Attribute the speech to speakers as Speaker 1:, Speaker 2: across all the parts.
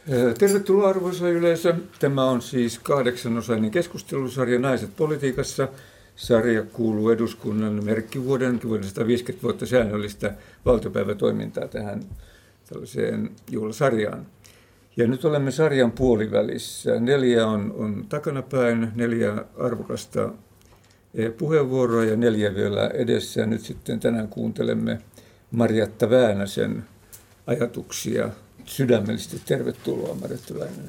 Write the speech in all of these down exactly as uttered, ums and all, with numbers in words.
Speaker 1: Tervetuloa arvoisa yleisö. Tämä on siis kahdeksanosainen keskustelusarja Naiset politiikassa. Sarja kuuluu eduskunnan merkkivuoden, vuoden sata viisikymmentä vuotta säännöllistä valtiopäivätoimintaa tähän tällaiseen juhlasarjaan. Ja nyt olemme sarjan puolivälissä. Neljä on, on takanapäin, neljä arvokasta puheenvuoroa ja neljä vielä edessä. Ja nyt sitten tänään kuuntelemme Marjatta Väänäsen ajatuksia. Sydämellisesti tervetuloa, Marjatta Väänänen.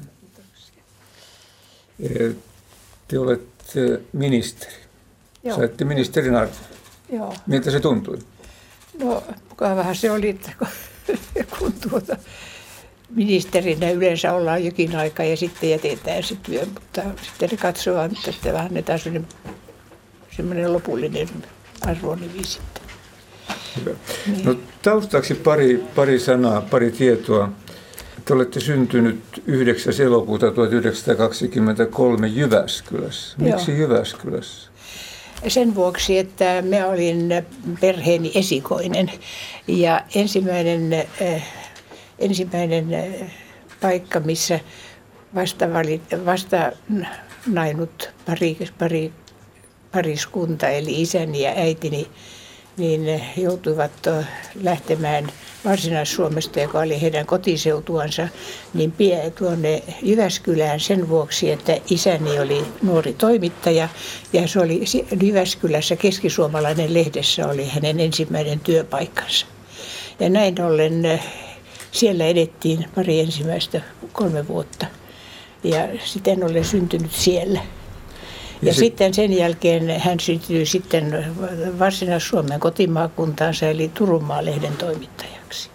Speaker 1: Te olette ministeri.
Speaker 2: Joo.
Speaker 1: Saitte ministerin arvon.
Speaker 2: Joo.
Speaker 1: Miltä se tuntui?
Speaker 2: No, mukavahan se oli, että kun, kun tuota, ministerinä yleensä ollaan jokin aika ja sitten jätetään se työ, mutta sitten ne katsoo, että annetaan semmoinen lopullinen arvonivi sitten.
Speaker 1: Hyvä. Niin. No, taustaksi pari, pari sanaa, pari tietoa. Te olette syntynyt yhdeksäs elokuuta tuhatyhdeksänsataakaksikymmentäkolme Jyväskylässä. Miksi Joo. Jyväskylässä?
Speaker 2: Sen vuoksi, että minä olin perheeni esikoinen ja ensimmäinen, äh, ensimmäinen äh, paikka, missä vasta, valit, vasta nainut pari, pari, pariskunta, eli isäni ja äitini, niin joutuivat lähtemään Varsinais-Suomesta, joka oli heidän kotiseutuansa, niin pie tuonne Jyväskylään sen vuoksi, että isäni oli nuori toimittaja ja se oli Jyväskylässä Keskisuomalainen lehdessä oli hänen ensimmäinen työpaikkansa. Ja näin ollen siellä edettiin pari ensimmäistä kolme vuotta ja sitten olen syntynyt siellä. Ja, ja se... sitten sen jälkeen hän syntyi sitten Varsinais-Suomen kotimaakuntaansa eli Turunmaa-lehden toimittajaksi.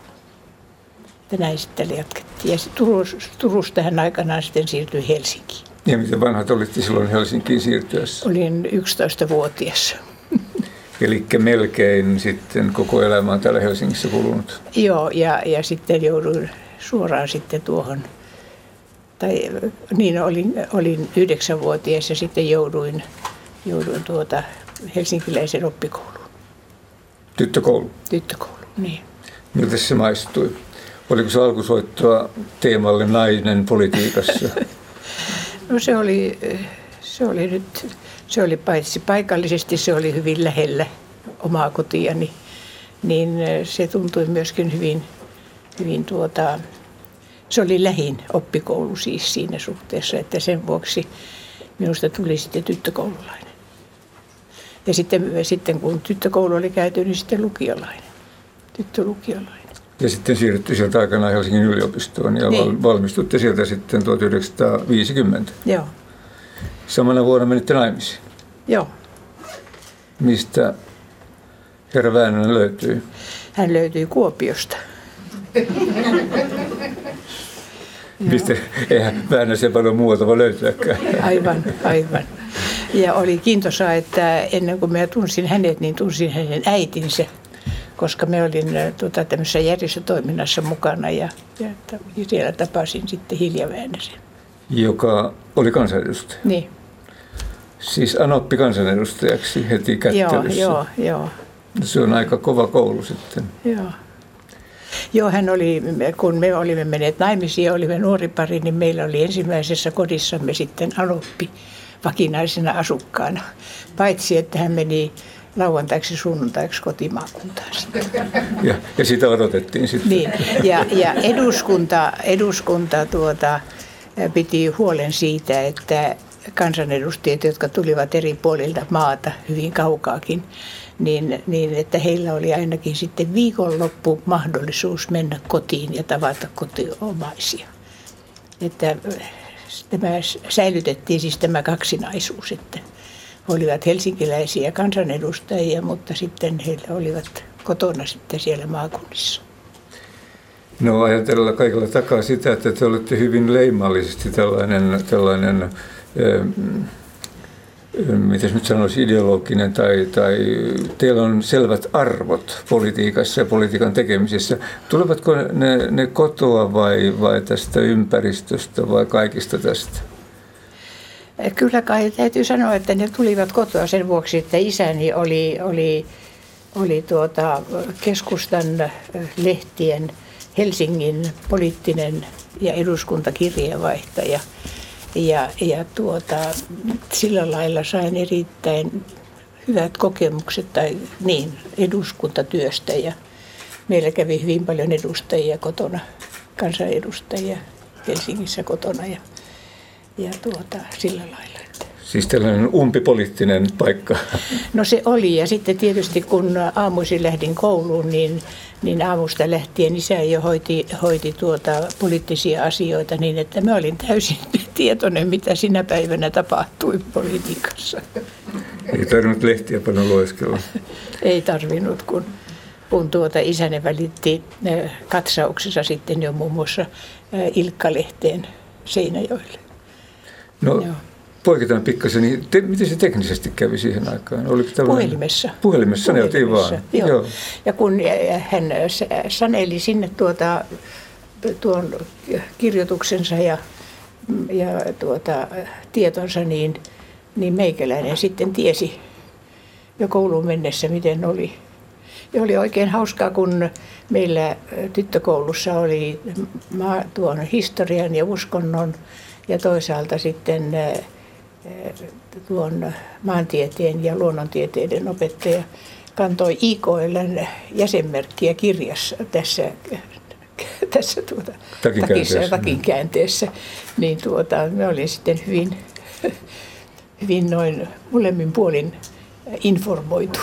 Speaker 2: Ja näin sitten jatkettiin. Ja Turus, Turusta hän aikanaan sitten siirtyi Helsinkiin.
Speaker 1: Ja miten vanhat olitte silloin Helsinkiin siirtyessä?
Speaker 2: Olin yksitoistavuotias.
Speaker 1: Eli melkein sitten koko elämä on täällä Helsingissä kulunut.
Speaker 2: Joo, ja, ja sitten jouduin suoraan sitten tuohon. Tai niin, olin, olin yhdeksänvuotias ja sitten jouduin, jouduin tuota helsinkiläisen oppikouluun.
Speaker 1: Tyttökoulu?
Speaker 2: Tyttökoulu, niin.
Speaker 1: Miltä se maistui? Oliko se alkusoittoa teemalle nainen politiikassa?
Speaker 2: No se oli, se oli nyt, se oli paitsi paikallisesti, se oli hyvin lähellä omaa kotiani, niin se tuntui myöskin hyvin, hyvin tuota... Se oli lähin oppikoulu siis siinä suhteessa, että sen vuoksi minusta tuli sitten tyttökoululainen. Ja sitten, sitten kun tyttökoulu oli käyty, niin sitten lukiolainen, tyttölukiolainen.
Speaker 1: Ja sitten siirrytte sieltä aikanaan Helsingin yliopistoon ja niin. valmistutte sieltä sitten tuhatyhdeksänsataaviisikymmentä.
Speaker 2: Joo.
Speaker 1: Samana vuonna menitte naimisiin.
Speaker 2: Joo.
Speaker 1: Mistä herra Väänänen löytyi?
Speaker 2: Hän löytyi Kuopiosta.
Speaker 1: Mistä eihän Väänäsen paljon muuta voi löytääkään.
Speaker 2: Aivan, aivan. Ja oli kiintoisaa, että ennen kuin minä tunsin hänet, niin tunsin hänen äitinsä, koska me olin tuota, tämmöisessä järjestötoiminnassa mukana ja, ja siellä tapasin sitten Hilja Väänäsen.
Speaker 1: Joka oli kansanedustaja?
Speaker 2: Niin.
Speaker 1: Siis anoppi kansanedustajaksi heti kättelyssä?
Speaker 2: Joo, joo, joo.
Speaker 1: Se on aika kova koulu sitten.
Speaker 2: Joo. Joo, hän oli, kun me olimme menneet naimisiin ja olimme nuori pari, niin meillä oli ensimmäisessä kodissamme sitten anoppi vakinaisena asukkaana. Paitsi, että hän meni lauantaiksi sunnuntaiksi kotimaakuntaan sitten.
Speaker 1: Ja, ja sitä odotettiin sitten.
Speaker 2: Niin, ja, ja eduskunta, eduskunta tuota, piti huolen siitä, että kansanedustajat, jotka tulivat eri puolilta maata hyvin kaukaakin, Niin, niin että heillä oli ainakin sitten viikonloppu mahdollisuus mennä kotiin ja tavata kotiomaisia. Että tämä säilytettiin siis tämä kaksinaisuus, että he olivat helsinkiläisiä kansanedustajia, mutta sitten heillä olivat kotona sitten siellä maakunnissa.
Speaker 1: No ajatellaan kaikilla takaa sitä, että te olette hyvin leimallisesti tällainen, tällainen miten nyt sanoisi, ideologinen tai, tai teillä on selvät arvot politiikassa ja politiikan tekemisessä. Tulevatko ne, ne kotoa vai, vai tästä ympäristöstä vai kaikista tästä?
Speaker 2: Kyllä kai täytyy sanoa, että ne tulivat kotoa sen vuoksi, että isäni oli, oli, oli tuota keskustan lehtien Helsingin poliittinen ja eduskuntakirjeenvaihtaja. Ja, ja tuota, sillä lailla sain erittäin hyvät kokemukset tai niin, eduskuntatyöstä. Ja meillä kävi hyvin paljon edustajia kotona, kansanedustajia Helsingissä kotona ja, ja tuota, sillä lailla. Että.
Speaker 1: Siis tällainen umpipoliittinen paikka.
Speaker 2: No se oli, ja sitten tietysti kun aamuisin lähdin kouluun, niin, niin aamusta lähtien isä jo hoiti, hoiti tuota poliittisia asioita niin, että mä olin täysin tietoinen, mitä sinä päivänä tapahtui politiikassa.
Speaker 1: Ei tarvinnut lehtiä paljon lueskella.
Speaker 2: Ei tarvinnut, kun, kun tuota isäni välitti katsauksessa sitten jo muun muassa Ilkka-lehteen Seinäjoelle.
Speaker 1: No. Joo. Poiketaan pikkasen, niin te, miten se teknisesti kävi siihen aikaan? Oliko
Speaker 2: Puhelimessa.
Speaker 1: Puhelimessa saneltiin vaan.
Speaker 2: Joo. Joo. Ja kun hän saneli sinne tuota, tuon kirjoituksensa ja, ja tuota, tietonsa, niin, niin meikäläinen sitten tiesi jo kouluun mennessä, miten oli. Ja oli oikein hauskaa, kun meillä tyttökoulussa oli tuon historian ja uskonnon ja toisaalta sitten tuon maantieteen ja luonnontieteiden opettaja kantoi I K L:n jäsenmerkkiä kirjassa tässä, tässä tuota, takissa ja takinkäänteessä. Niin tuota, mä olin sitten hyvin, hyvin noin molemmin puolin informoitu.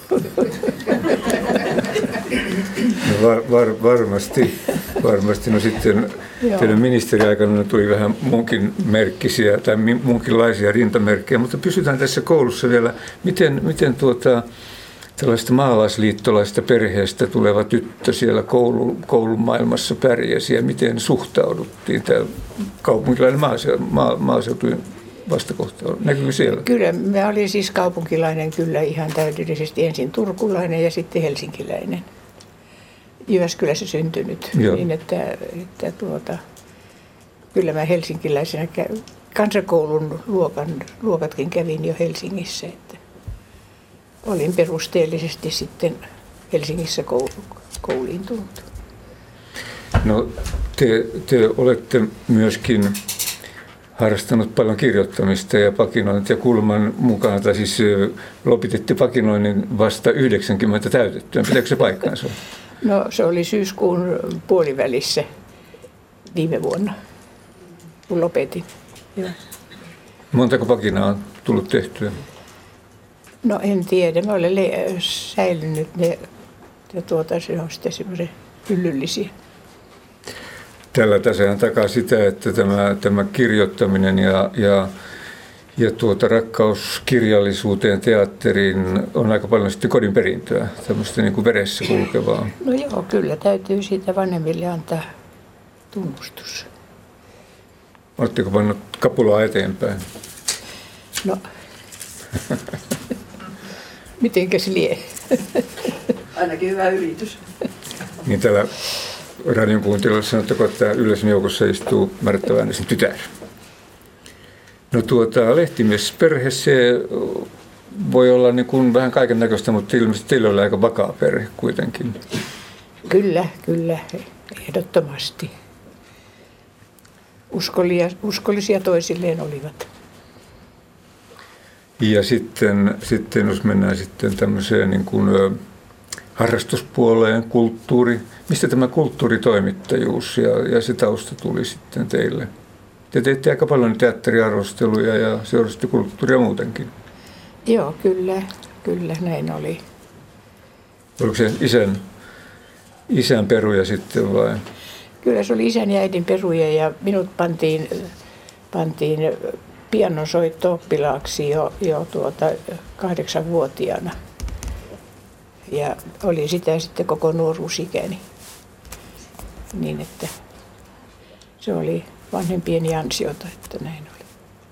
Speaker 1: No var, var, varmasti, varmasti. No sitten teidän ministeriaikana tuli vähän munkin merkkisiä tai munkinlaisia rintamerkkejä, mutta pysytään tässä koulussa vielä. Miten, miten tuota, tällaista maalaisliittolaista perheestä tuleva tyttö siellä koulu, koulumaailmassa pärjäsi ja miten suhtauduttiin tämä kaupunkilainen maaseutu, maa, maaseutujen vastakohta? Näkyykö siellä?
Speaker 2: Kyllä, mä olin siis kaupunkilainen kyllä ihan täydellisesti. Ensin turkulainen ja sitten helsinkiläinen. Jyväskylässä syntynyt.
Speaker 1: Joo.
Speaker 2: Niin että, että tuota, kyllä mä helsinkiläisenä kansakoulun luokan, luokatkin kävin jo Helsingissä. Että olin perusteellisesti sitten Helsingissä koulu, kouliin tullut.
Speaker 1: No te, te olette myöskin harrastanut paljon kirjoittamista ja pakinointia Kulman mukaan, tai siis lopititte pakinoinnin vasta yhdeksänkymmentä täytettyä. Pitääkö se paikkaansa?
Speaker 2: No se oli syyskuun puolivälissä viime vuonna, kun lopetin. Ja.
Speaker 1: Montako pakinaa on tullut tehtyä?
Speaker 2: No en tiedä, mä olen le- säilynyt ne ja tuota, se on sitten semmoisen hyllyllisiä.
Speaker 1: Tällä tässä takaa sitä, että tämä, tämä kirjoittaminen ja, ja, ja tuota rakkaus kirjallisuuteen, teatteriin on aika paljon sitten kodin perintöä, tämmöistä niin kuin veressä kulkevaa.
Speaker 2: No joo, kyllä täytyy siitä vanhemmille antaa tunnustus.
Speaker 1: Oletteko pannut kapulaa eteenpäin?
Speaker 2: No, mitenkäs lie?
Speaker 3: Ainakin hyvä yritys.
Speaker 1: Niin täällä radion kuuntelijoille sanottako, että yleisön joukossa istuu Martta Väänäsen tytär. No tuota, lehtimies-perhe, se voi olla niin kuin vähän kaiken näköistä, mutta ilmeisesti teillä oli aika vakaa perhe kuitenkin.
Speaker 2: Kyllä, kyllä, ehdottomasti. Uskollisia, uskollisia toisilleen olivat.
Speaker 1: Ja sitten, sitten jos mennään sitten tämmöiseen niin kuin harrastuspuoleen, kulttuuri. Mistä tämä kulttuuritoimittajuus ja, ja se tausta tuli sitten teille? Te teitte aika paljon teatteriarvosteluja ja seurasitte kulttuuria muutenkin.
Speaker 2: Joo, kyllä, kyllä näin oli.
Speaker 1: Oliko se isän, isän peruja sitten vai?
Speaker 2: Kyllä se oli isän ja äidin peruja ja minut pantiin, pantiin pianonsoitto-oppilaaksi jo, jo tuota kahdeksanvuotiaana. Ja oli sitä sitten koko nuoruusikäni. Niin että se oli vanhempieni ansiota, että näin oli.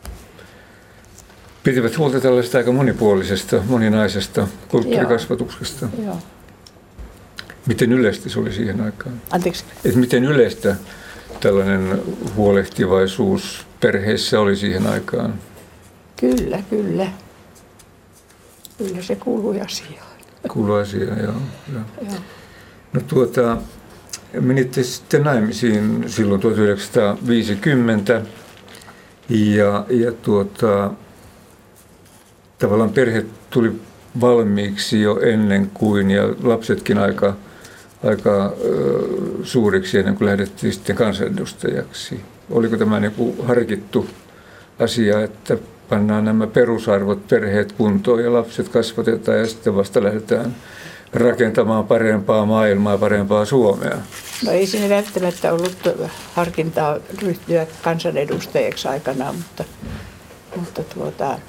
Speaker 1: Pitivät huolta tällaista aika monipuolisesta, moninaisesta kulttuurikasvatuksesta.
Speaker 2: Joo. Joo.
Speaker 1: Miten yleistä se oli siihen aikaan?
Speaker 2: Anteeksi?
Speaker 1: Et miten yleistä tällainen huolehtivaisuus perheissä oli siihen aikaan?
Speaker 2: Kyllä, kyllä. Kyllä se kuului asiaan.
Speaker 1: Kuului asiaan, joo. joo.
Speaker 2: Joo.
Speaker 1: No tuota, menitte sitten naimisiin silloin tuhatyhdeksänsataaviisikymmentä ja, ja tuota, tavallaan perhe tuli valmiiksi jo ennen kuin ja lapsetkin aika, aika ö, suuriksi ennen kuin lähdettiin sitten kansanedustajaksi. Oliko tämä niin kuin harkittu asia, että pannaan nämä perusarvot, perheet kuntoon ja lapset kasvatetaan ja sitten vasta lähdetään rakentamaan parempaa maailmaa, parempaa Suomea?
Speaker 2: No ei siinä välttämättä ollut harkintaa ryhtyä kansanedustajaksi aikanaan, mutta, mutta tuota,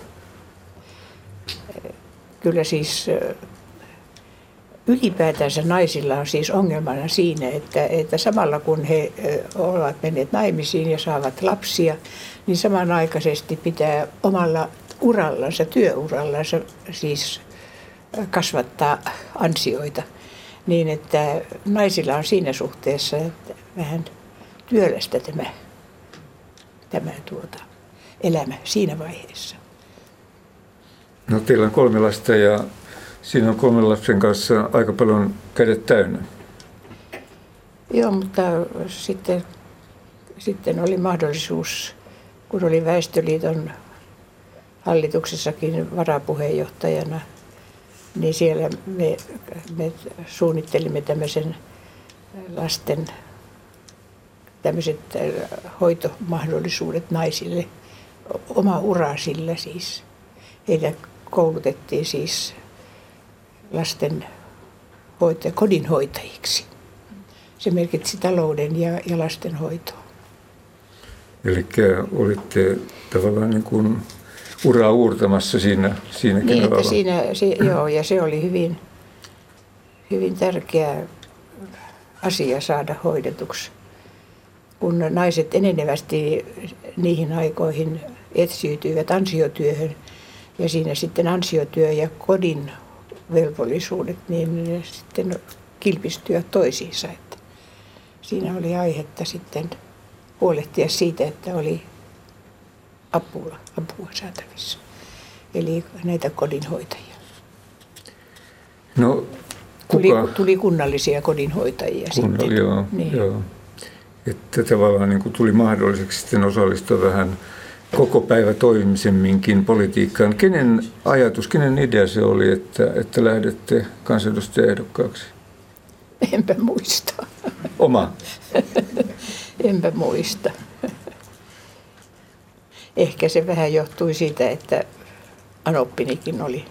Speaker 2: kyllä siis ylipäätänsä naisilla on siis ongelmana siinä, että, että samalla kun he ovat menneet naimisiin ja saavat lapsia, niin samanaikaisesti pitää omalla urallansa, työurallansa siis kasvattaa ansioita. Niin että naisilla on siinä suhteessa että vähän työlästä tämä, tämä tuota, elämä siinä vaiheessa.
Speaker 1: No teillä on kolme lasta ja siinä on kolmen lapsen kanssa aika paljon kädet täynnä.
Speaker 2: Joo, mutta sitten, sitten oli mahdollisuus, kun oli Väestöliiton hallituksessakin varapuheenjohtajana, niin siellä me, me suunnittelimme tämmöisen lasten tämmöiset hoitomahdollisuudet naisille, oma ura sillä siis. Heitä koulutettiin siis lasten hoitaja, kodinhoitajiksi. Se merkitsi talouden ja, ja lastenhoitoa.
Speaker 1: Eli olitte tavallaan niin kuin uraa uurtamassa siinä, siinäkin
Speaker 2: niin,
Speaker 1: alalla.
Speaker 2: Että siinä, se, joo, ja se oli hyvin, hyvin tärkeä asia saada hoidetuksi. Kun naiset enenevästi niihin aikoihin etsiytyivät ansiotyöhön, ja siinä sitten ansiotyö ja kodin velvollisuudet, niin ne sitten kilpistyivät toisiinsa. Että siinä oli aihetta sitten huolehtia siitä, että oli apua, apua saatavissa. Eli näitä kodinhoitajia.
Speaker 1: No, kuka?
Speaker 2: Tuli, tuli kunnallisia kodinhoitajia
Speaker 1: Kunnall,
Speaker 2: sitten.
Speaker 1: Joo,
Speaker 2: niin.
Speaker 1: joo. Että tavallaan niin kuin tuli mahdolliseksi sitten osallistua vähän koko päivä toimisemminkin politiikkaan. Kenen ajatus, kenen idea se oli, että, että lähdette kansanedustajaehdokkaaksi?
Speaker 2: Enpä muista.
Speaker 1: Oma?
Speaker 2: Enpä muista. Ehkä se vähän johtui siitä, että anoppinikin oli,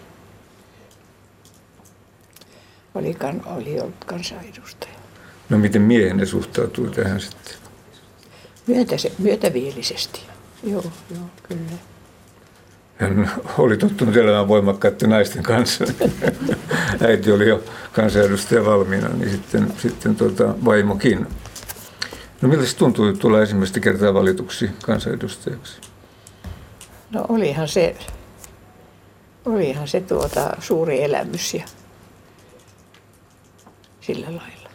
Speaker 2: oli, oli ollut kansanedustaja.
Speaker 1: No miten miehenne suhtautui tähän sitten?
Speaker 2: Myötäse, myötävielisesti. Joo, joo, kyllä.
Speaker 1: Hän oli tottunut elämään voimakkaiden naisten kanssa. Äiti oli jo kansanedustaja valmiina, niin sitten, sitten tuota, vaimokin. No miltä se tuntui tulla ensimmäistä kertaa valituksi kansanedustajaksi?
Speaker 2: No olihan se, olihan se tuota suuri elämys ja sillä lailla.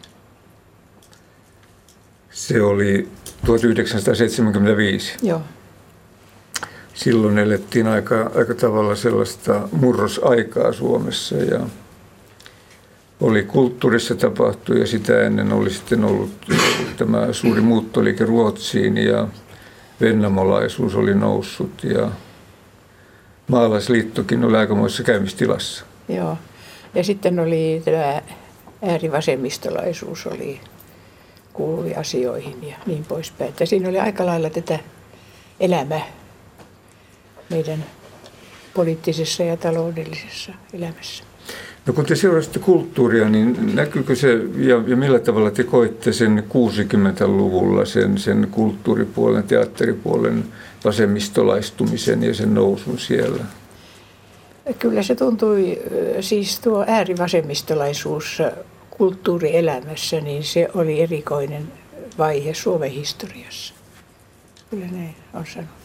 Speaker 1: Se oli tuhatyhdeksänsataaseitsemänkymmentäviisi.
Speaker 2: Joo.
Speaker 1: Silloin elettiin aika, aika tavalla sellaista murrosaikaa Suomessa ja oli kulttuurissa tapahtui ja sitä ennen oli sitten ollut tämä suuri muuttoliike Ruotsiin ja vennamolaisuus oli noussut ja maalaisliittokin oli aikamoisessa käymistilassa.
Speaker 2: Joo. Ja sitten oli tämä äärivasemmistolaisuus oli kuului asioihin ja niin poispäin. Että siinä oli aika lailla tätä elämää meidän poliittisessa ja taloudellisessa elämässä.
Speaker 1: No kun te seurasitte kulttuuria, niin näkyykö se ja, ja millä tavalla te koitte sen kuusikymmentäluvulla sen, sen kulttuuripuolen, teatteripuolen vasemmistolaistumisen ja sen nousun siellä?
Speaker 2: Kyllä se tuntui, siis tuo äärivasemmistolaisuus kulttuurielämässä, niin se oli erikoinen vaihe Suomen historiassa. Kyllä näin on sanottu.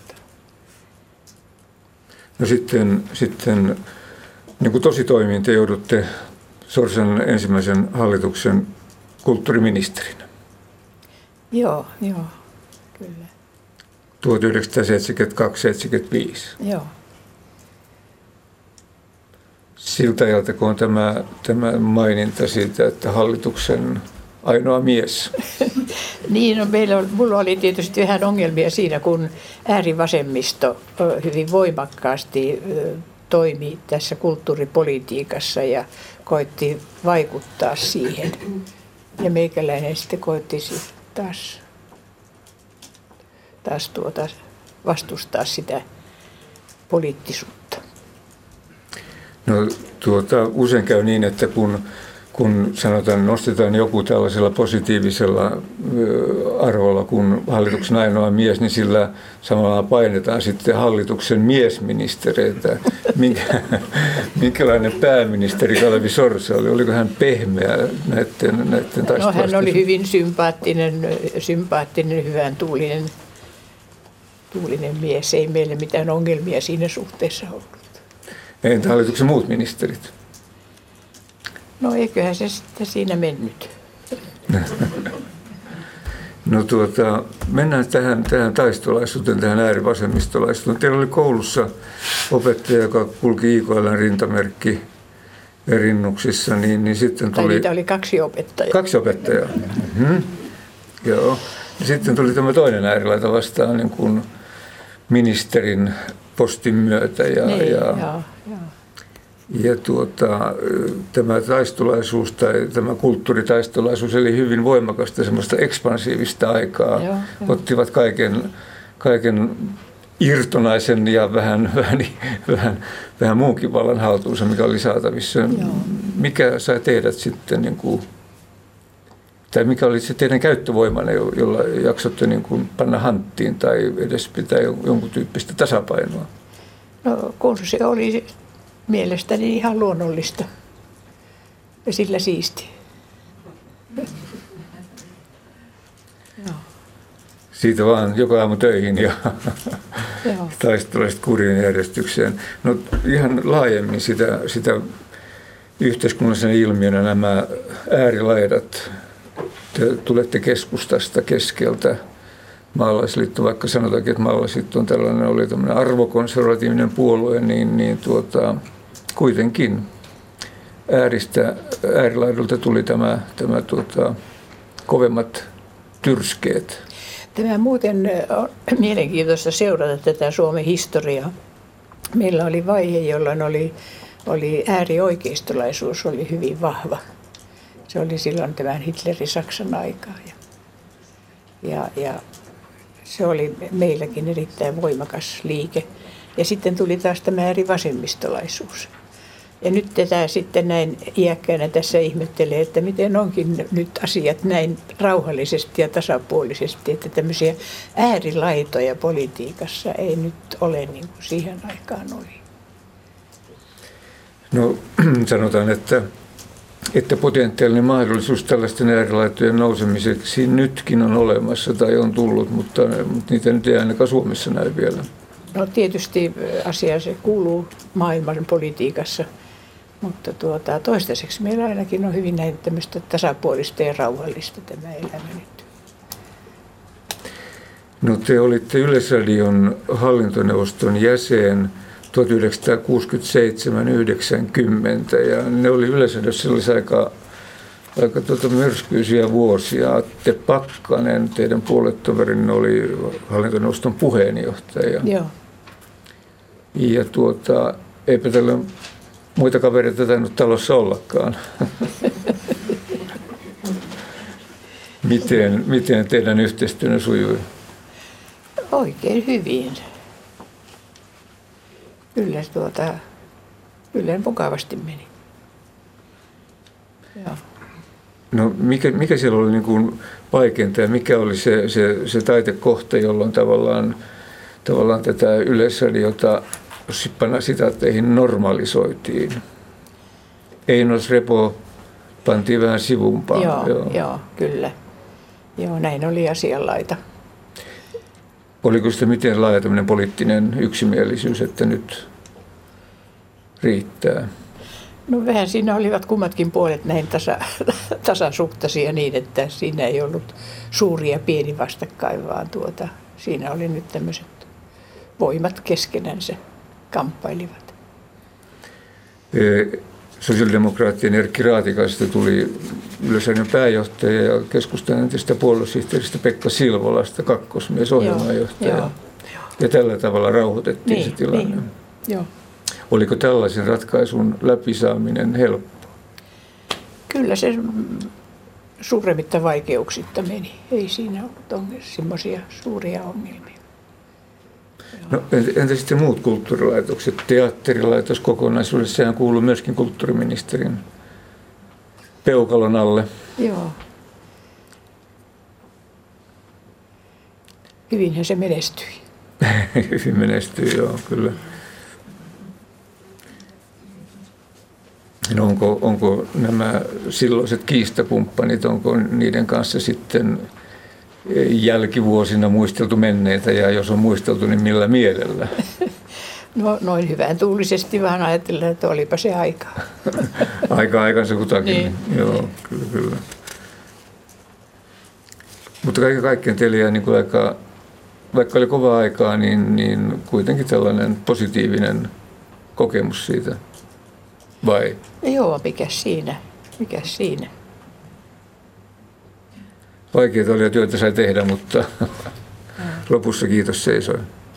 Speaker 1: No sitten, sitten niin kuin tositoimiin te joudutte Sorsan ensimmäisen hallituksen kulttuuriministerinä.
Speaker 2: Joo, joo, kyllä.
Speaker 1: tuhatyhdeksänsataaseitsemänkymmentäkaksi seitsemänkymmentäviisi.
Speaker 2: Joo.
Speaker 1: Siltä ajalta, kun on tämä, tämä maininta siitä, että hallituksen ainoa mies.
Speaker 2: Niin, no meillä on, mulla oli tietysti vähän ongelmia siinä, kun äärivasemmisto hyvin voimakkaasti toimi tässä kulttuuripolitiikassa ja koitti vaikuttaa siihen. Ja meikäläinen sitten koitti taas, taas tuota, vastustaa sitä poliittisuutta.
Speaker 1: No tuota, usein käy niin, että kun, kun sanotaan, nostetaan joku tällaisella positiivisella arvolla kuin hallituksen ainoa mies, niin sillä samalla painetaan sitten hallituksen miesministereitä. Minkä, minkälainen pääministeri Kalevi Sorsa oli? Oliko hän pehmeä näiden, näiden taistelujen?
Speaker 2: No hän oli hyvin sympaattinen, sympaattinen hyvän tuulinen, tuulinen mies. Ei meillä mitään ongelmia siinä suhteessa ollut.
Speaker 1: Entä hallituksen muut ministerit?
Speaker 2: No eiköhän se sitten siinä mennyt.
Speaker 1: No tuota, mennään tähän, tähän taistolaisuuteen, tähän äärivasemmistolaisuuteen. Teillä oli koulussa opettaja, joka kulki I K L:n rintamerkki rinnuksissa, niin, niin sitten tuli...
Speaker 2: Tai niitä oli kaksi opettajaa.
Speaker 1: Kaksi opettajaa. Mm-hmm. Joo. Ja sitten tuli tämä toinen äärilaita vastaan niin kuin ministerin postin myötä. Ja,
Speaker 2: niin,
Speaker 1: ja,
Speaker 2: joo, joo.
Speaker 1: ja tuota, tämä taistolaisuus tai tämä kulttuuritaistolaisuus eli hyvin voimakasta semmoista ekspansiivista aikaa.
Speaker 2: Joo,
Speaker 1: ottivat kaiken, kaiken irtonaisen ja vähän, vähän, vähän, vähän muunkin vallan haltuunsa, mikä oli saatavissa. Joo. Mikä sai teidät sitten, niin kuin, tai mikä oli se teidän käyttövoimanne, jolla jaksotte niin kuin panna hanttiin tai edes pitää jonkun tyyppistä tasapainoa?
Speaker 2: No kun se oli mielestäni ihan luonnollista ja sillä siisti. Joo.
Speaker 1: Siitä vaan joka aamu töihin ja taistelusta kurien järjestykseen. No ihan laajemmin sitä, sitä yhteiskunnallisen ilmiönä nämä äärilaidat. Te tulette keskustasta keskeltä. Maalaisliitto, vaikka sanotaankin, että Maalaisliitto on tällainen, oli tämmöinen arvokonservatiivinen puolue, niin, niin tuota, kuitenkin ääristä, äärilaidolta tuli tämä, tämä tuota, kovemmat tyrskeet.
Speaker 2: Tämä muuten on mielenkiintoista seurata tätä Suomen historiaa. Meillä oli vaihe, jolloin oli, oli äärioikeistolaisuus oli hyvin vahva. Se oli silloin tämän Hitlerin Saksan aikaa. Ja, ja, ja se oli meilläkin erittäin voimakas liike. Ja sitten tuli taas tämä äärivasemmistolaisuus. Ja nyt tätä sitten näin iäkkäänä tässä ihmettelee, että miten onkin nyt asiat näin rauhallisesti ja tasapuolisesti, että tämmöisiä äärilaitoja politiikassa ei nyt ole niin kuin siihen aikaan oli.
Speaker 1: No sanotaan, että, että potentiaalinen mahdollisuus tällaisten äärilaitojen nousemiseksi nytkin on olemassa tai on tullut, mutta, mutta niitä nyt ei ainakaan Suomessa näy vielä.
Speaker 2: No tietysti asia se kuuluu maailman politiikassa. Mutta tuota, toistaiseksi meillä ainakin on hyvin näin tämmöistä tasapuolista ja rauhallista tämä elämä nyt.
Speaker 1: No te olitte Yleisradion hallintoneuvoston jäsen tuhatyhdeksänsataakuusikymmentäseitsemän yhdeksänkymmentä ja ne oli Yleisradiossa sellaisia aika, aika tuota myrskyisiä vuosia. Atte Pakkanen, teidän puoluetoverinne, oli hallintoneuvoston puheenjohtaja.
Speaker 2: Joo.
Speaker 1: Ja tuota, eipä tällä muita kavereita tainnut talossa ollakaan. miten, miten teidän yhteistyönne sujui?
Speaker 2: Oikein hyvin. Kyllä, tuota, kyllä mukavasti meni. Joo.
Speaker 1: No mikä, mikä siellä oli niin kuin vaikeinta ja mikä oli se, se, se taitekohta, jolloin tavallaan, tavallaan tätä Yleisradiota panna sitaatteihin normalisoitiin? Einos Repo pantiin vähän sivumpaan.
Speaker 2: Joo, joo. joo, kyllä. Joo, näin oli asianlaita.
Speaker 1: Oliko sitä miten laaja tämmöinen poliittinen yksimielisyys, että nyt riittää?
Speaker 2: No vähän siinä olivat kummatkin puolet näin tasa, tasasuhtaisia niin, että siinä ei ollut suuria pieni vastakkain, vaan tuota, siinä oli nyt tämmöiset voimat keskenänsä kamppailivat.
Speaker 1: Sosiaalidemokraattien Erkki Raatikaisesta tuli Yleisradion pääjohtaja ja keskustan entistä puoluesihteeristä Pekka Silvolasta kakkosmies ohjelmanjohtaja. Joo, joo. Ja tällä tavalla rauhoitettiin niin, se tilanne. Niin, joo. Oliko tällaisen ratkaisun läpisaaminen helppo?
Speaker 2: Kyllä se suuremmitta vaikeuksitta meni. Ei siinä ollut semmoisia suuria ongelmia.
Speaker 1: No, entä sitten muut kulttuurilaitokset? Teatterilaitos kokonaisuudessa, sehän kuuluu myöskin kulttuuriministerin peukalon alle.
Speaker 2: Joo. Hyvinhän se menestyi.
Speaker 1: Hyvin menestyi, joo, kyllä. No onko, onko nämä silloiset kiistakumppanit, onko niiden kanssa sitten jälkivuosina muisteltu menneitä, ja jos on muisteltu, niin millä mielellä?
Speaker 2: No noin hyvän tuulisesti vaan ajatellen, että olipa se aika.
Speaker 1: Aika aikansa kutakin. Niin, joo, niin. Kyllä, kyllä. Mutta kaiken kaikkiaan teillä jäi niin kuin aika, vaikka oli kova aikaa, niin, niin kuitenkin tällainen positiivinen kokemus siitä, vai?
Speaker 2: Joo, mikä siinä, mikä siinä.
Speaker 1: Vaikeita oli ja työtä sai tehdä, mutta lopussa kiitos seisoi.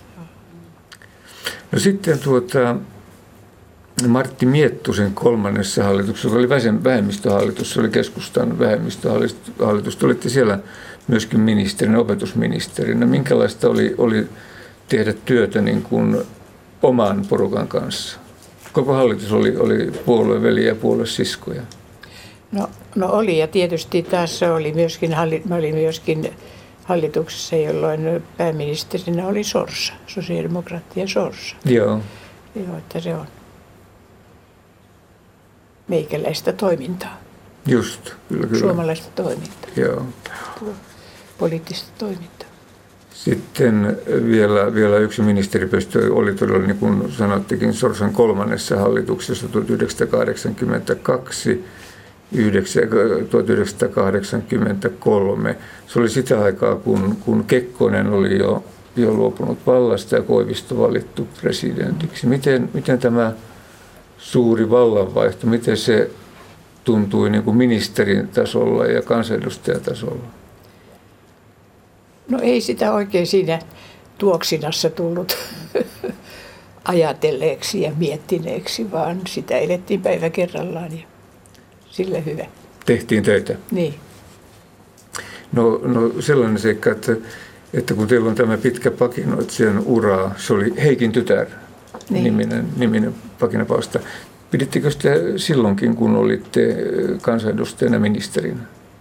Speaker 1: No sitten tuota, Martti Miettusen kolmannessa hallituksessa oli vähemmistöhallitus, se oli keskustan vähemmistöhallitus. Te olitte siellä myöskin ministerin, opetusministerinä. Minkälaista oli, oli tehdä työtä niin kuin oman porukan kanssa? Koko hallitus oli, oli puolueveliä ja puoluesiskoja.
Speaker 2: No, no oli, ja tietysti taas oli myöskin, mä olin myöskin hallituksessa, jolloin pääministerinä oli Sorsa, sosiaalidemokraattien Sorsa.
Speaker 1: Joo.
Speaker 2: Joo, että se on meikäläistä toimintaa.
Speaker 1: Just, kyllä, kyllä.
Speaker 2: Suomalaista toimintaa.
Speaker 1: Joo.
Speaker 2: Poliittista toimintaa.
Speaker 1: Sitten vielä, vielä yksi ministeripöstö oli todella, niin kuin sanottikin, Sorsan kolmannessa hallituksessa tuhatyhdeksänsataakahdeksankymmentäkaksi tuhatyhdeksänsataakahdeksankymmentäkolme. Se oli sitä aikaa, kun, kun Kekkonen oli jo, jo luopunut vallasta ja Koivisto valittu presidentiksi. Miten, miten tämä suuri vallanvaihto, miten se tuntui niin kuin ministerin tasolla ja kansanedustajatasolla?
Speaker 2: No ei sitä oikein siinä tuoksinassa tullut ajatelleeksi ja miettineeksi, vaan sitä elettiin päivä kerrallaan ja sillä hyvä. Tehtiin
Speaker 1: töitä?
Speaker 2: Niin.
Speaker 1: No, no sellainen seikka, että, että kun teillä on tämä pitkä pakinoitsijan ura, se oli Heikin tytär niin. niminen, niminen pakinapalsta. Pidittekö sitä silloinkin, kun olitte kansanedustajana ministerinä?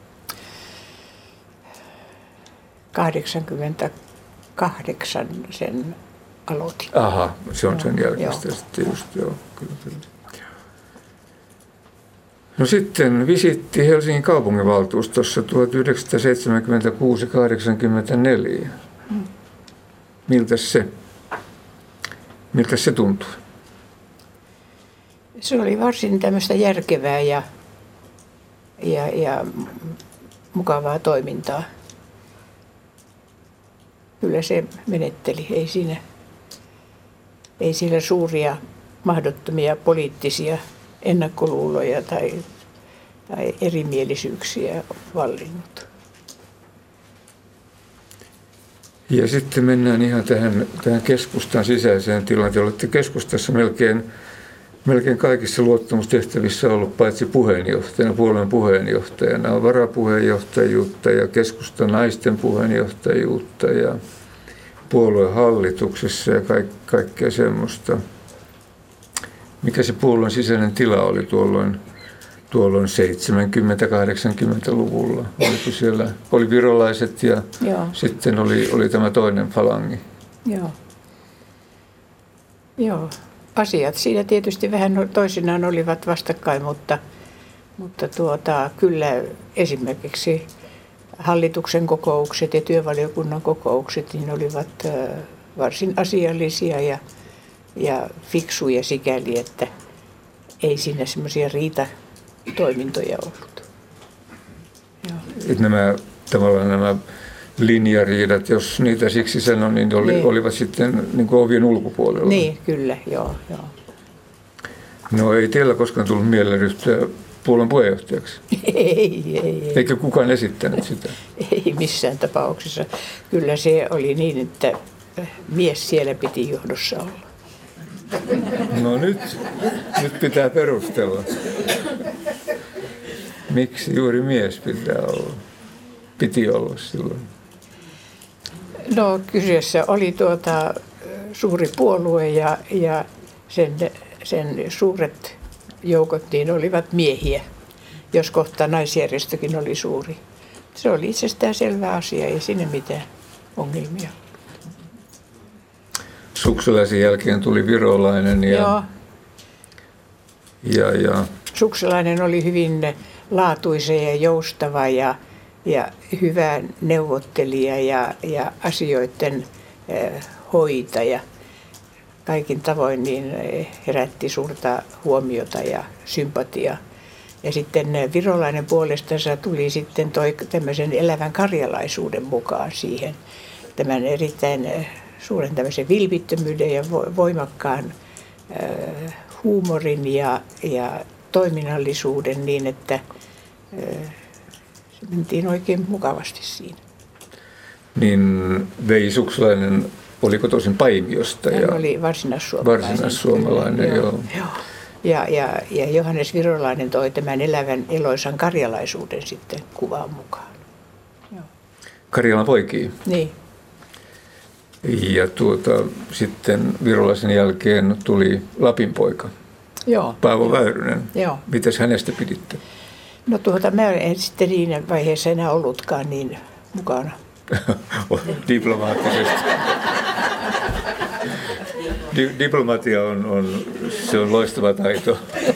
Speaker 2: kahdeksankymmentäkahdeksan sen aloitin.
Speaker 1: Aha, se on sen jälkeistä sitten just, joo, kyllä, kyllä. No sitten visitti Helsingin kaupunginvaltuustossa tuhatyhdeksänsataaseitsemänkymmentäkuusi kahdeksankymmentäneljä. Hmm. Miltäs se, miltäs se tuntui?
Speaker 2: Se oli varsin tämmöistä järkevää ja, ja, ja mukavaa toimintaa. Kyllä se menetteli. Ei siinä, ei siinä suuria mahdottomia poliittisia ennakkoluuloja tai, tai erimielisyyksiä vallinnut.
Speaker 1: Ja sitten mennään ihan tähän, tähän keskustan sisäiseen tilanteeseen. Olette keskustassa melkein, melkein kaikissa luottamustehtävissä ollut paitsi puheenjohtajana, puolueen puheenjohtajana, varapuheenjohtajuutta ja keskustan naisten puheenjohtajuutta ja puolueen hallituksessa ja kaik, kaikkea semmoista. Mikä se puolueen sisäinen tila oli tuolloin, tuolloin seitsemänkymmentä-kahdeksankymmentäluvulla? Oliko siellä, oli virolaiset ja Joo. sitten oli, oli tämä toinen falangi.
Speaker 2: Joo. Joo. Asiat siinä tietysti vähän toisinaan olivat vastakkain, mutta, mutta tuota, kyllä esimerkiksi hallituksen kokoukset ja työvaliokunnan kokoukset niin olivat varsin asiallisia ja, ja fiksuja sikäli, että ei siinä semmoisia riitatoimintoja ollut.
Speaker 1: Joo. Nämä, tavallaan nämä linjariidat, jos niitä siksi sanon, niin, oli, niin. olivat sitten niin kuin ovien ulkopuolella.
Speaker 2: Niin, kyllä, joo, joo.
Speaker 1: No ei teillä koskaan tullut mieleen ryhtyä puolueen puheenjohtajaksi?
Speaker 2: Ei, ei, ei.
Speaker 1: Eikö kukaan esittänyt sitä?
Speaker 2: Ei missään tapauksessa. Kyllä se oli niin, että mies siellä piti johdossa olla.
Speaker 1: No nyt, nyt pitää perustella. Miksi juuri mies pitää olla? Piti olla silloin.
Speaker 2: No kyseessä oli tuota suuri puolue ja, ja sen, sen suuret joukot niin olivat miehiä, jos kohta naisjärjestökin oli suuri. Se oli itsestään selvä asia, ei siinä mitään ongelmia.
Speaker 1: Sukselaisen jälkeen tuli Virolainen ja,
Speaker 2: Joo.
Speaker 1: ja, ja
Speaker 2: Sukselainen oli hyvin laatuisa ja joustava ja, ja hyvä neuvottelija ja, ja asioiden eh, hoitaja. Kaikin tavoin niin herätti suurta huomiota ja sympatiaa. Ja sitten Virolainen puolestansa tuli sitten toi tämmöisen elävän karjalaisuuden mukaan siihen. Tämän erittäin suuren tämmöisen vilpittömyyden ja voimakkaan äh, huumorin ja, ja toiminnallisuuden niin, että äh, se mentiin oikein mukavasti siinä.
Speaker 1: niin Vei Sukselainen oliko tosin Paimiosta?
Speaker 2: Hän
Speaker 1: ja
Speaker 2: oli varsinaissuomalainen.
Speaker 1: Varsinaissuomalainen, joo. joo.
Speaker 2: joo. Ja, ja, ja Johannes Virolainen toi tämän elävän eloisan karjalaisuuden sitten kuvaan mukaan. Joo.
Speaker 1: Karjalan poikia.
Speaker 2: Niin.
Speaker 1: Ja tuota, sitten Virolaisen jälkeen tuli Lapin poika,
Speaker 2: Joo.
Speaker 1: Paavo Väyrynen.
Speaker 2: Joo.
Speaker 1: Mitäs hänestä piditte?
Speaker 2: No tuota, mä en sitten siinä vaiheessa enää ollutkaan niin mukana.
Speaker 1: Diplomaattisesti. Di- diplomatia on, on, se on loistava taito.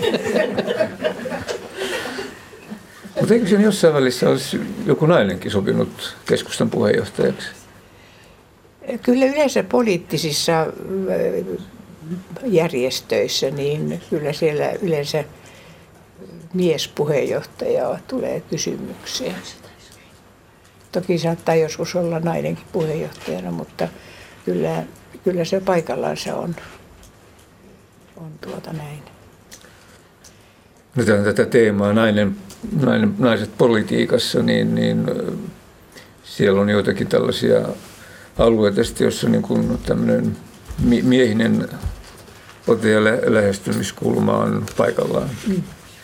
Speaker 1: Mutta eikö sen jossain välissä olisi joku nainenkin sopinut keskustan puheenjohtajaksi?
Speaker 2: Kyllä yleensä poliittisissa järjestöissä, niin kyllä siellä yleensä miespuheenjohtaja tulee kysymykseen. Toki saattaa joskus olla nainenkin puheenjohtajana, mutta kyllä, kyllä se paikallaan se on, on tuota näin.
Speaker 1: No tämän tätä teemaa nainen, nainen, naiset politiikassa, niin, niin siellä on joitakin tällaisia alueita, joissa niin kuin tämmöinen miehinen ote ja lähestymiskulma on paikallaan. Mm.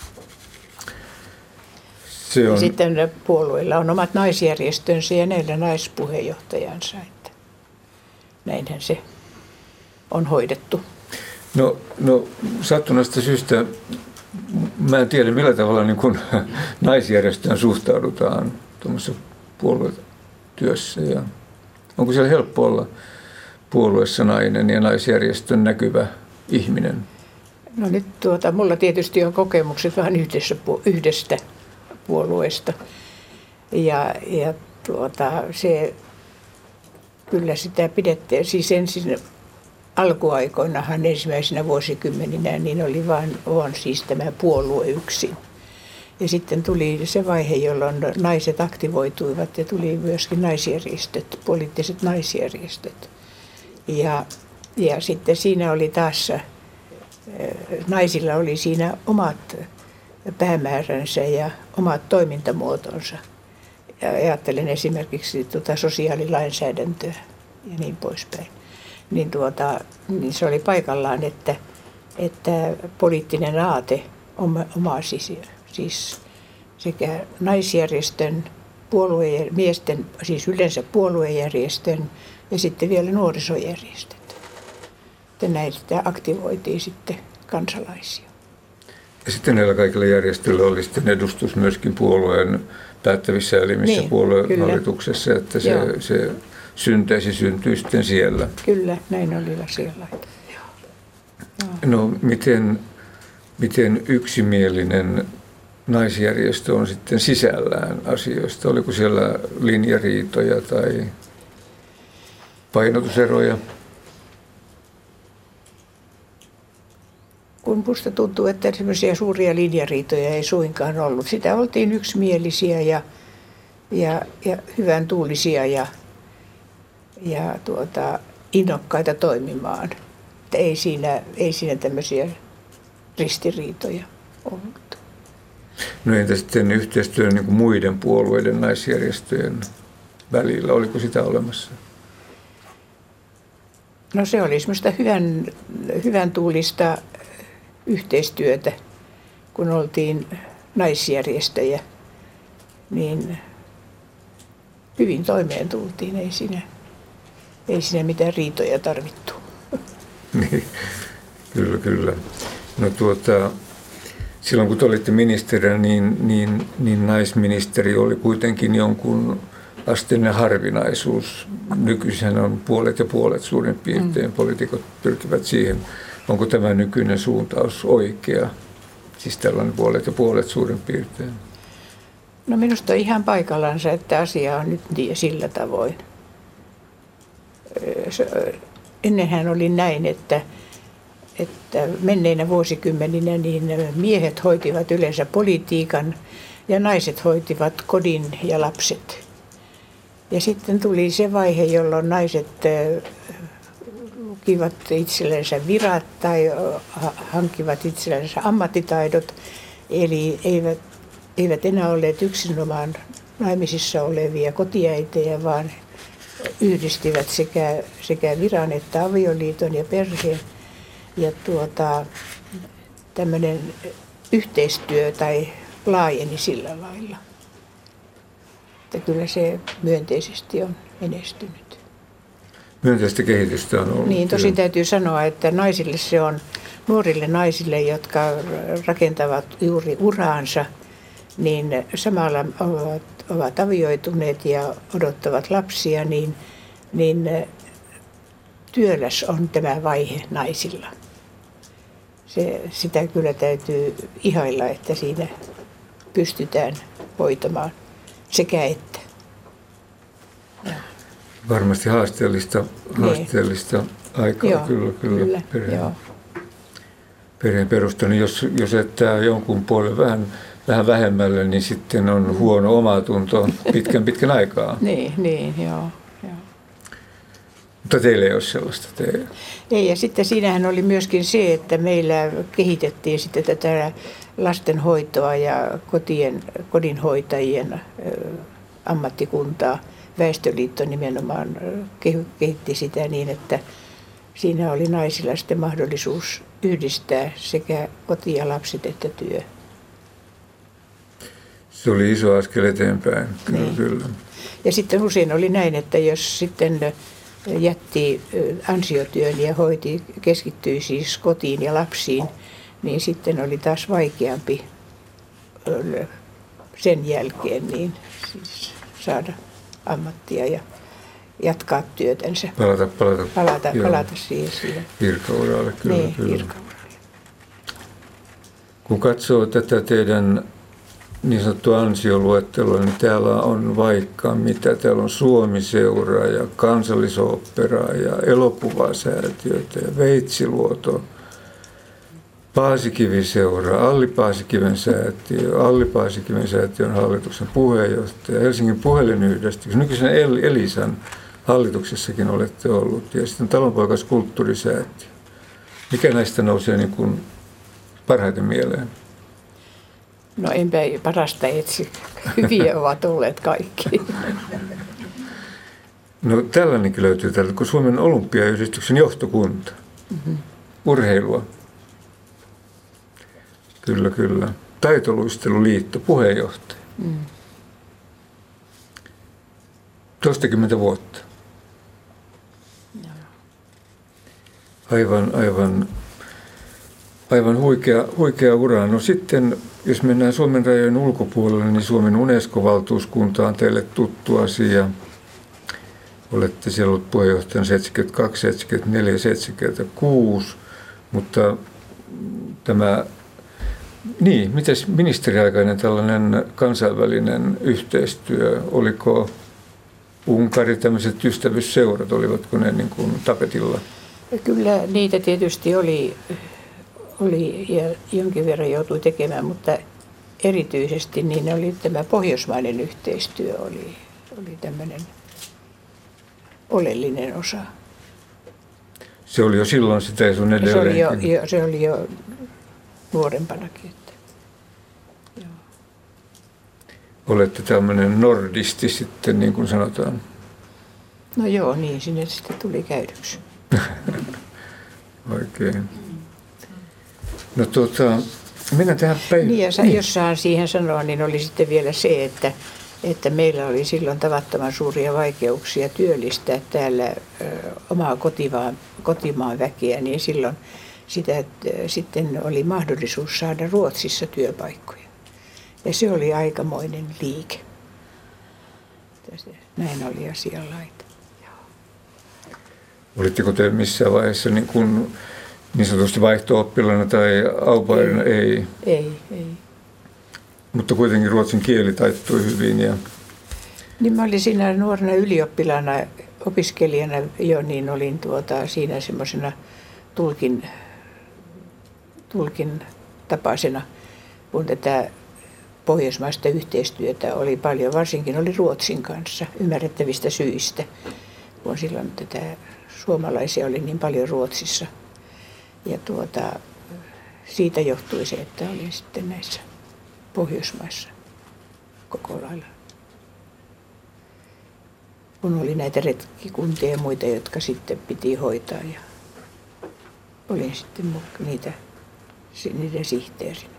Speaker 1: Se on.
Speaker 2: Ja sitten puolueilla on omat naisjärjestönsä ja näillä naispuheenjohtajansa. Että näinhän se on hoidettu.
Speaker 1: No, no sattuneesta syystä mä en tiedä millä tavalla niin kuin naisjärjestöön suhtaudutaan tuommoisessa puoluetyössä. Ja onko siellä helppo olla puolueessa nainen ja naisjärjestön näkyvä ihminen?
Speaker 2: No nyt tuota, mulla tietysti on kokemukset vähän yhdessä, yhdestä puolueesta. Ja, ja tuota, se kyllä sitä pidettiin, siis ensin alkuaikoinahan ensimmäisenä vuosikymmeninä niin oli vain, vain siis tämä puolue yksin. Ja sitten tuli se vaihe, jolloin naiset aktivoituivat ja tuli myöskin naisjärjestöt, poliittiset naisjärjestöt. Ja, ja sitten siinä oli taas, naisilla oli siinä omat päämääränsä ja omat toimintamuotonsa. Ja ajattelen esimerkiksi tuota sosiaalilainsäädäntöä ja niin poispäin. Niin, tuota, niin se oli paikallaan, että, että poliittinen aate omasi siis sekä naisjärjestön, puolueen, miesten, siis yleensä puoluejärjestön ja sitten vielä nuorisojärjestöt. Että näitä aktivoitiin sitten kansalaisia.
Speaker 1: Ja sitten näillä kaikilla järjestöillä oli sitten edustus myöskin puolueen päättävissä elimissä, niin, puolueen hallituksessa, että se, se synteesi syntyi sitten siellä.
Speaker 2: Kyllä, näin oli siellä.
Speaker 1: No miten, miten yksimielinen naisjärjestö on sitten sisällään asioista? Oliko siellä linjariitoja tai painotuseroja?
Speaker 2: Kun musta tuntuu, että sellaisia suuria linjariitoja ei suinkaan ollut. Sitä oltiin yksimielisiä ja, ja, ja hyvän tuulisia ja, ja tuota, innokkaita toimimaan. Että ei siinä, ei siinä tämmöisiä ristiriitoja ollut.
Speaker 1: No entä sitten yhteistyö niin kuin muiden puolueiden naisjärjestöjen välillä, oliko sitä olemassa?
Speaker 2: No se oli semmoista hyvän, hyvän tuulista yhteistyötä, kun oltiin naisjärjestöjä, niin hyvin toimeen tultiin, ei siinä, ei siinä mitään riitoja tarvittu.
Speaker 1: Niin, kyllä, kyllä. No tuota, silloin kun te olitte ministerinä, niin, niin, niin naisministeri oli kuitenkin jonkun asteinen harvinaisuus. Nykyisin on puolet ja puolet suurin piirtein. Mm. Poliitikot pyrkivät siihen. Onko tämä nykyinen suuntaus oikea? Siis tällainen puolet ja puolet suurin piirtein.
Speaker 2: No minusta on ihan paikallansa, että asia on nyt sillä tavoin. Ennenhän oli näin, että, että menneinä vuosikymmeninä niin miehet hoitivat yleensä politiikan ja naiset hoitivat kodin ja lapset. Ja sitten tuli se vaihe, jolloin naiset lukivat itsellensä virat tai hankkivat itsellensä ammattitaidot, eli eivät, eivät enää olleet yksinomaan naimisissa olevia kotiäitejä, vaan yhdistivät sekä, sekä viran että avioliiton ja perheen. Ja tuota, tämmöinen yhteistyö tai laajeni sillä lailla. Että kyllä se myönteisesti on menestynyt.
Speaker 1: Myönteistä kehitystä on ollut.
Speaker 2: Niin, tosi täytyy sanoa, että naisille se on, nuorille naisille, jotka rakentavat juuri uraansa, niin samalla ovat, ovat avioituneet ja odottavat lapsia, niin, niin työläs on tämä vaihe naisilla. Se, sitä kyllä täytyy ihailla, että siinä pystytään hoitamaan sekä että. Ja.
Speaker 1: Varmasti haasteellista, haasteellista aikaa,
Speaker 2: joo,
Speaker 1: kyllä, kyllä,
Speaker 2: kyllä
Speaker 1: perheen, perheen perustana. Jos, jos jättää jonkun puolen vähän, vähän vähemmälle, niin sitten on huono omatunto pitkän pitkän aikaa.
Speaker 2: niin, niin, joo, joo.
Speaker 1: Mutta teillä ei ole sellaista. Te...
Speaker 2: Ei, ja sitten siinähän oli myöskin se, että meillä kehitettiin sitten tätä lastenhoitoa ja kotien, kodinhoitajien ammattikuntaa. Väestöliitto nimenomaan kehitti sitä niin, että siinä oli naisilla sitten mahdollisuus yhdistää sekä koti ja lapset että työ.
Speaker 1: Se oli iso askel eteenpäin, kyllä, niin. Kyllä.
Speaker 2: Ja sitten usein oli näin, että jos sitten jätti ansiotyön ja hoiti, keskittyi siis kotiin ja lapsiin, niin sitten oli taas vaikeampi sen jälkeen niin siis saada ammattia ja jatkaa työtänsä.
Speaker 1: Palata, palata,
Speaker 2: palata, palata siihen, siihen.
Speaker 1: Virkauralle, kyllä,
Speaker 2: niin,
Speaker 1: kyllä.
Speaker 2: Virkauralle.
Speaker 1: Kun katsoo tätä teidän niin sanottua ansioluettelua, niin täällä on vaikka mitä. Täällä on Suomi-seura ja Kansallisooppera ja elokuvasäätiötä ja Veitsiluoto, Paasikivi-seura, Alli Paasikiven säätiö, Alli Paasikiven säätiön hallituksen puheenjohtaja, Helsingin puhelinyhdistys, nykyisen Elisan hallituksessakin olette ollut, ja sitten Talonpoikas kulttuurisäätiö. Mikä näistä nousee niin kuin parhaiten mieleen?
Speaker 2: No enpä parasta etsi. Hyviä ovat olleet kaikki.
Speaker 1: No tällainenkin löytyy täältä, kun Suomen olympiayhdistyksen johtokunta. Mm-hmm. Urheilua. Kyllä, kyllä. Taitoluisteluliitto, puheenjohtaja. Mm. Toistakymmentä vuotta. No. Aivan, aivan, aivan huikea, huikea ura. No sitten, jos mennään Suomen rajojen ulkopuolelle, niin Suomen UNESCO-valtuuskunta on teille tuttu asia. Olette siellä ollut puheenjohtajana seitsemänkymmentäkaksi, seitsemänkymmentäneljä, seitsemänkymmentäkuusi, mutta tämä, niin, mites ministeriaikainen tällainen kansainvälinen yhteistyö, oliko Unkari, tämmöiset ystävyysseurat, olivatko ne niin kuin tapetilla?
Speaker 2: Kyllä niitä tietysti oli, oli ja jonkin verran joutui tekemään, mutta erityisesti niin oli tämä pohjoismainen yhteistyö oli, oli tämmöinen oleellinen osa.
Speaker 1: Se oli jo silloin sitä ja sun edelleenkin.
Speaker 2: Se oli jo, jo, se oli jo nuorempanakin. Että, joo.
Speaker 1: olette tämmöinen nordisti sitten, niin kuin sanotaan.
Speaker 2: No joo, niin sinne sitten tuli käydyksi.
Speaker 1: Oikein. No tuota, mennään tähän päivään.
Speaker 2: Niin, ja niin. Jos saan siihen sanoa, niin oli sitten vielä se, että, että meillä oli silloin tavattoman suuria vaikeuksia työllistää täällä ö, omaa kotimaan, kotimaan väkeä, niin silloin sitä, että, sitten oli mahdollisuus saada Ruotsissa työpaikkoja. Ja se oli aikamoinen liike. Näin oli asianlaita.
Speaker 1: Olitteko te missään vaiheessa niin, kuin, niin sanotusti vaihto-oppilana tai aupairina? Ei.
Speaker 2: Ei. ei, ei.
Speaker 1: Mutta kuitenkin ruotsin kieli taittui hyvin. Ja...
Speaker 2: Niin mä olin siinä nuorena ylioppilaana, opiskelijana jo, niin olin tuota, siinä semmoisena tulkin, tulkin tapaisena, kun tätä pohjoismaista yhteistyötä oli paljon, varsinkin oli Ruotsin kanssa ymmärrettävistä syistä, kun silloin tätä suomalaisia oli niin paljon Ruotsissa. Ja tuota, siitä johtui se, että olin sitten näissä Pohjoismaissa koko lailla. Kun oli näitä retkikuntia ja muita, jotka sitten piti hoitaa ja olin sitten niitä, niiden sihteerinä.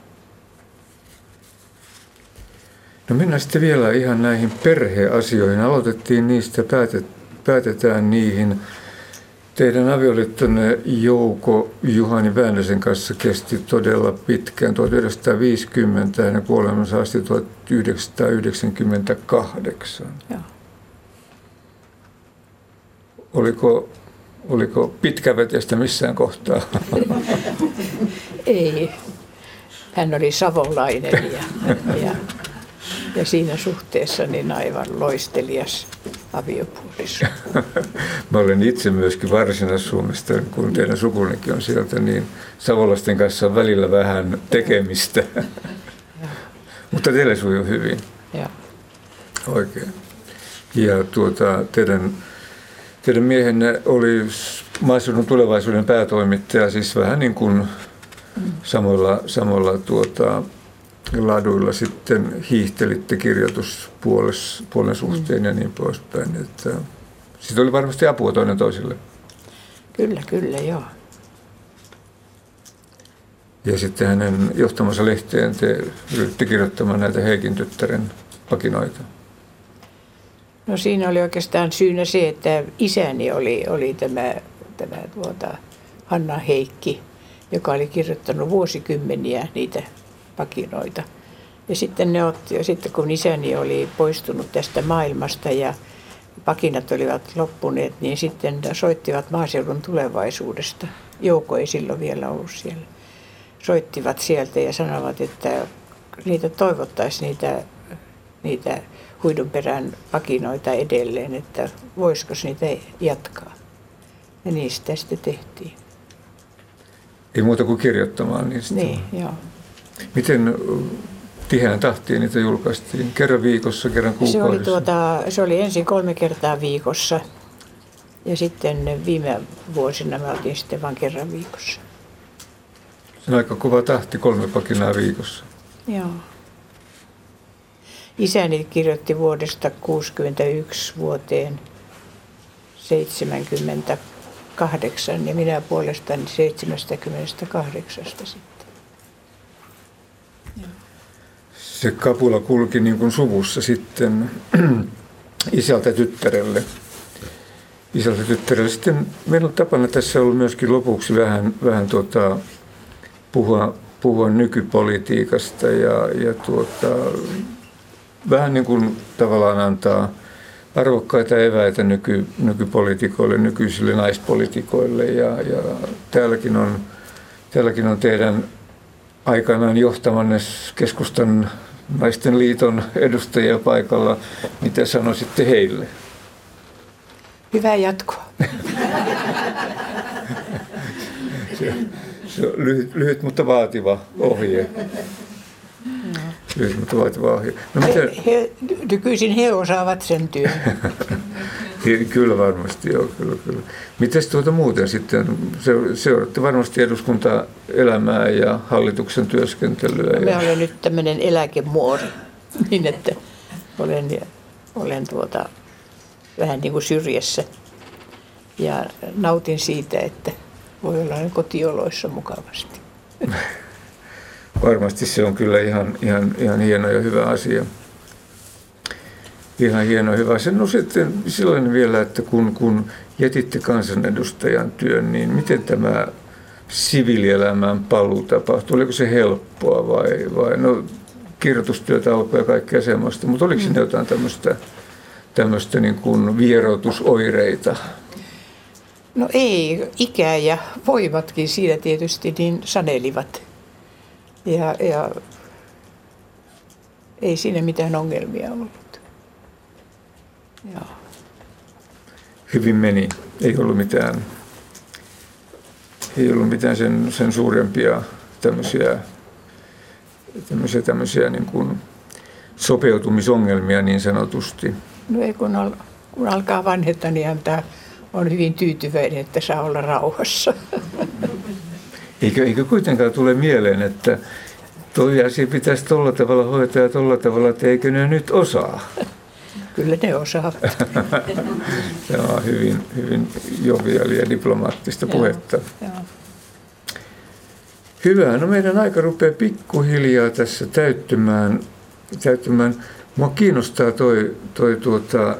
Speaker 1: No mennään sitten vielä ihan näihin perheasioihin. Aloitettiin niistä, päätet, päätetään niihin. Teidän avioliittonne Jouko Juhani Väänäsen kanssa kesti todella pitkään, tuhatyhdeksänsataaviisikymmentä ja hänen kuolemansa asti tuhatyhdeksänsataayhdeksänkymmentäkahdeksan.
Speaker 2: Joo.
Speaker 1: Oliko, oliko pitkäveteistä missään kohtaa?
Speaker 2: Ei. Hän oli savolainen ja, ja, ja siinä suhteessa niin aivan loistelias aviopuoliso.
Speaker 1: Mä olen itse myöskin Varsinais-Suomesta, kun teidän sukunikin on sieltä, niin savolaisten kanssa on välillä vähän tekemistä. Mutta teille sujuu hyvin.
Speaker 2: Joo.
Speaker 1: Oikein. Ja tuota, teidän, teidän miehenne oli Maaseudun Tulevaisuuden päätoimittaja, siis vähän niin kuin mm. samoilla, samoilla tuota, laduilla sitten hiihtelitte kirjoituspuolen suhteen mm. ja niin poispäin. Siitä oli varmasti apua toinen toisille.
Speaker 2: Kyllä, kyllä, joo.
Speaker 1: Ja sitten hänen johtamansa lehteen te ryhdytte kirjoittamaan näitä Heikin tyttären pakinoita.
Speaker 2: No siinä oli oikeastaan syynä se, että isäni oli, oli tämä, tämä tuota, Hanna Heikki, joka oli kirjoittanut vuosikymmeniä niitä pakinoita. Ja sitten, ne otti, ja sitten kun isäni oli poistunut tästä maailmasta ja pakinat olivat loppuneet, niin sitten soittivat Maaseudun Tulevaisuudesta. Jouko ei silloin vielä ollut siellä. Soittivat sieltä ja sanovat, että niitä toivottaisiin niitä, niitä Huidunperän pakinoita edelleen, että voisiko niitä jatkaa. Ja niistä sitten tehtiin.
Speaker 1: Ei muuta kuin kirjoittamaan niistä.
Speaker 2: Niin, joo.
Speaker 1: Miten tiheään tahtiin niitä julkaistiin? Kerran viikossa, kerran kuukaudessa?
Speaker 2: Se oli, tuota, se oli ensin kolme kertaa viikossa ja sitten viime vuosina me oltiin sitten vain kerran viikossa.
Speaker 1: Se on aika kova tahti, kolme pakinaa viikossa.
Speaker 2: Joo. Isäni kirjoitti vuodesta kuusikymmentäyksi vuoteen seitsemänkymmentäkahdeksan ja minä puolestani seitsemänkymmentäkahdeksan sitten.
Speaker 1: Se kapula kulki niin kuin suvussa sitten isältä tyttärelle. Isältä tyttärelle. Sitten meillä on tapana tässä ollut myöskin lopuksi vähän, vähän tuota, puhua, puhua nykypolitiikasta ja, ja tuota, vähän niin kuin tavallaan antaa arvokkaita eväitä nyky, nykypolitikoille, nykyisille naispolitikoille. Ja, ja täälläkin, on, täälläkin on teidän aikanaan johtamanne keskustan naisten liiton edustajia paikalla. Mitä sanoisitte heille?
Speaker 2: Hyvää jatkoa.
Speaker 1: se, se on lyhyt, lyhyt, mutta vaativa ohje. Lyhyt, mutta vaativa ohje. No,
Speaker 2: he, he, nykyisin he osaavat sen työn.
Speaker 1: Kyllä varmasti, joo. Kyllä, kyllä. Mites tuota muuten sitten? Seuraatte varmasti eduskuntaelämää ja hallituksen työskentelyä.
Speaker 2: Me ja... olen nyt tämmöinen eläkemuori, niin että olen, olen tuota, vähän niin kuin syrjässä ja nautin siitä, että voi olla kotioloissa mukavasti.
Speaker 1: Varmasti se on kyllä ihan, ihan, ihan hieno ja hyvä asia. Ihan hieno ja hyvä. No sitten sellainen vielä, että kun, kun jätitte kansanedustajan työn, niin miten tämä siviilielämään paluu tapahtui? Oliko se helppoa vai, vai no kirjoitustyötä alkoi ja kaikkea semmoista, mutta oliko siinä jotain tämmöistä, tämmöistä niin kuin vieroitusoireita?
Speaker 2: No ei, ikä ja voimatkin siinä tietysti niin sanelivat. Ja, ja ei siinä mitään ongelmia ollut. Joo.
Speaker 1: Hyvin meni. Ei ollut mitään, ei ollut mitään sen, sen suurempia tämmöisiä, tämmöisiä, tämmöisiä niin kuin sopeutumisongelmia niin sanotusti.
Speaker 2: No ei, kun, al, kun alkaa vanheta, niin tämä on hyvin tyytyväinen, että saa olla rauhassa.
Speaker 1: Eikö, eikö kuitenkaan tule mieleen, että toi asia pitäisi tolla tavalla hoitaa ja tolla tavalla, että eikö ne nyt osaa?
Speaker 2: Kyllä ne osaavat.
Speaker 1: Tämä on hyvin, hyvin jovialia ja diplomaattista puhetta.
Speaker 2: Joo, joo.
Speaker 1: Hyvä. No meidän aika rupeaa pikkuhiljaa tässä täyttymään. täyttymään. Mua kiinnostaa toi, toi tuota,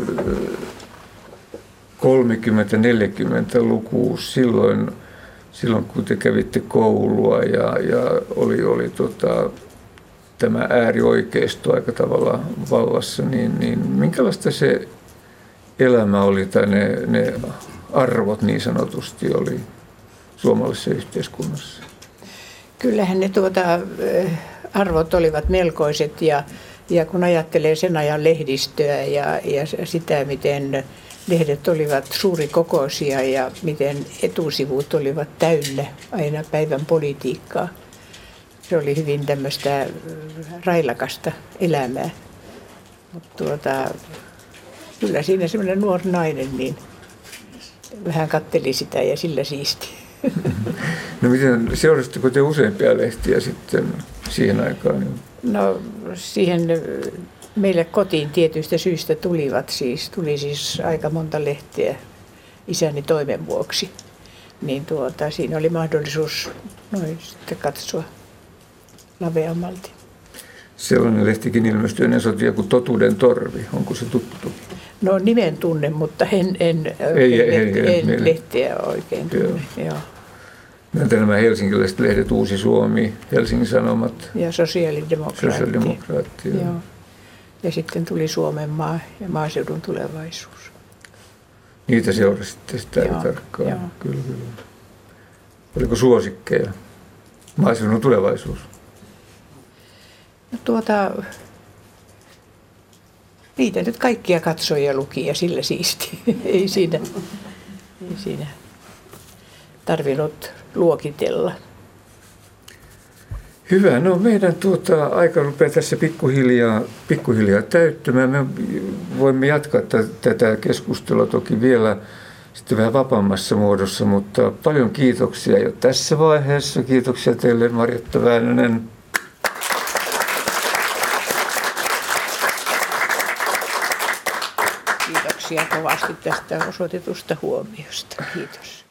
Speaker 1: kolmekymmentä-neljäkymmentä-luku silloin, silloin, kun te kävitte koulua ja, ja oli, oli tota, tämä äärioikeisto aika tavalla vallassa, niin, niin minkälaista se elämä oli tai ne, ne arvot niin sanotusti oli suomalaisessa yhteiskunnassa?
Speaker 2: Kyllähän ne tuota, arvot olivat melkoiset ja, ja kun ajattelee sen ajan lehdistöä ja, ja sitä, miten lehdet olivat suurikokoisia ja miten etusivut olivat täynnä aina päivän politiikkaa. Se oli hyvin tämmöistä railakasta elämää. Mutta tuota, kyllä siinä semmoinen nuori nainen niin vähän katteli sitä ja sillä siisti.
Speaker 1: No miten, seurasitteko te useampia lehtiä sitten siihen aikaan?
Speaker 2: No siihen meille kotiin tietyistä syistä tulivat siis, tuli siis aika monta lehteä isäni toimen vuoksi. Niin tuota, siinä oli mahdollisuus noin sitten katsoa laveammalti.
Speaker 1: Sellainen lehtikin ilmestyi ennen sotia kuin Totuuden torvi. Onko se tuttu?
Speaker 2: No nimen tunne, mutta en, en,
Speaker 1: ei,
Speaker 2: en,
Speaker 1: ei, ei,
Speaker 2: en lehteä oikein tunne. Joo. Joo.
Speaker 1: Näitä nämä helsinkiläiset lehdet, Uusi Suomi, Helsingin Sanomat.
Speaker 2: Ja Sosiaalidemokraatti.
Speaker 1: Sosiaalidemokraatti, joo.
Speaker 2: Joo. Ja sitten tuli Suomenmaa ja Maaseudun tulevaisuus.
Speaker 1: Niitä seurasitte sitä
Speaker 2: joo,
Speaker 1: tarkkaan.
Speaker 2: Joo.
Speaker 1: Kyllä, kyllä. Oliko suosikkeja? Maaseudun tulevaisuus?
Speaker 2: No tuota, niitä nyt kaikkia katsoi ja luki ja sillä siisti. ei siinä, ei siinä tarvinnut luokitella.
Speaker 1: Hyvä. No meidän tuota, aika rupeaa tässä pikkuhiljaa, pikkuhiljaa täyttymään. Me voimme jatkaa t- tätä keskustelua toki vielä sitten vähän vapaammassa muodossa, mutta paljon kiitoksia jo tässä vaiheessa. Kiitoksia teille, Marjatta Väänänen.
Speaker 2: Kiitoksia kovasti tästä osoitetusta huomiosta. Kiitos.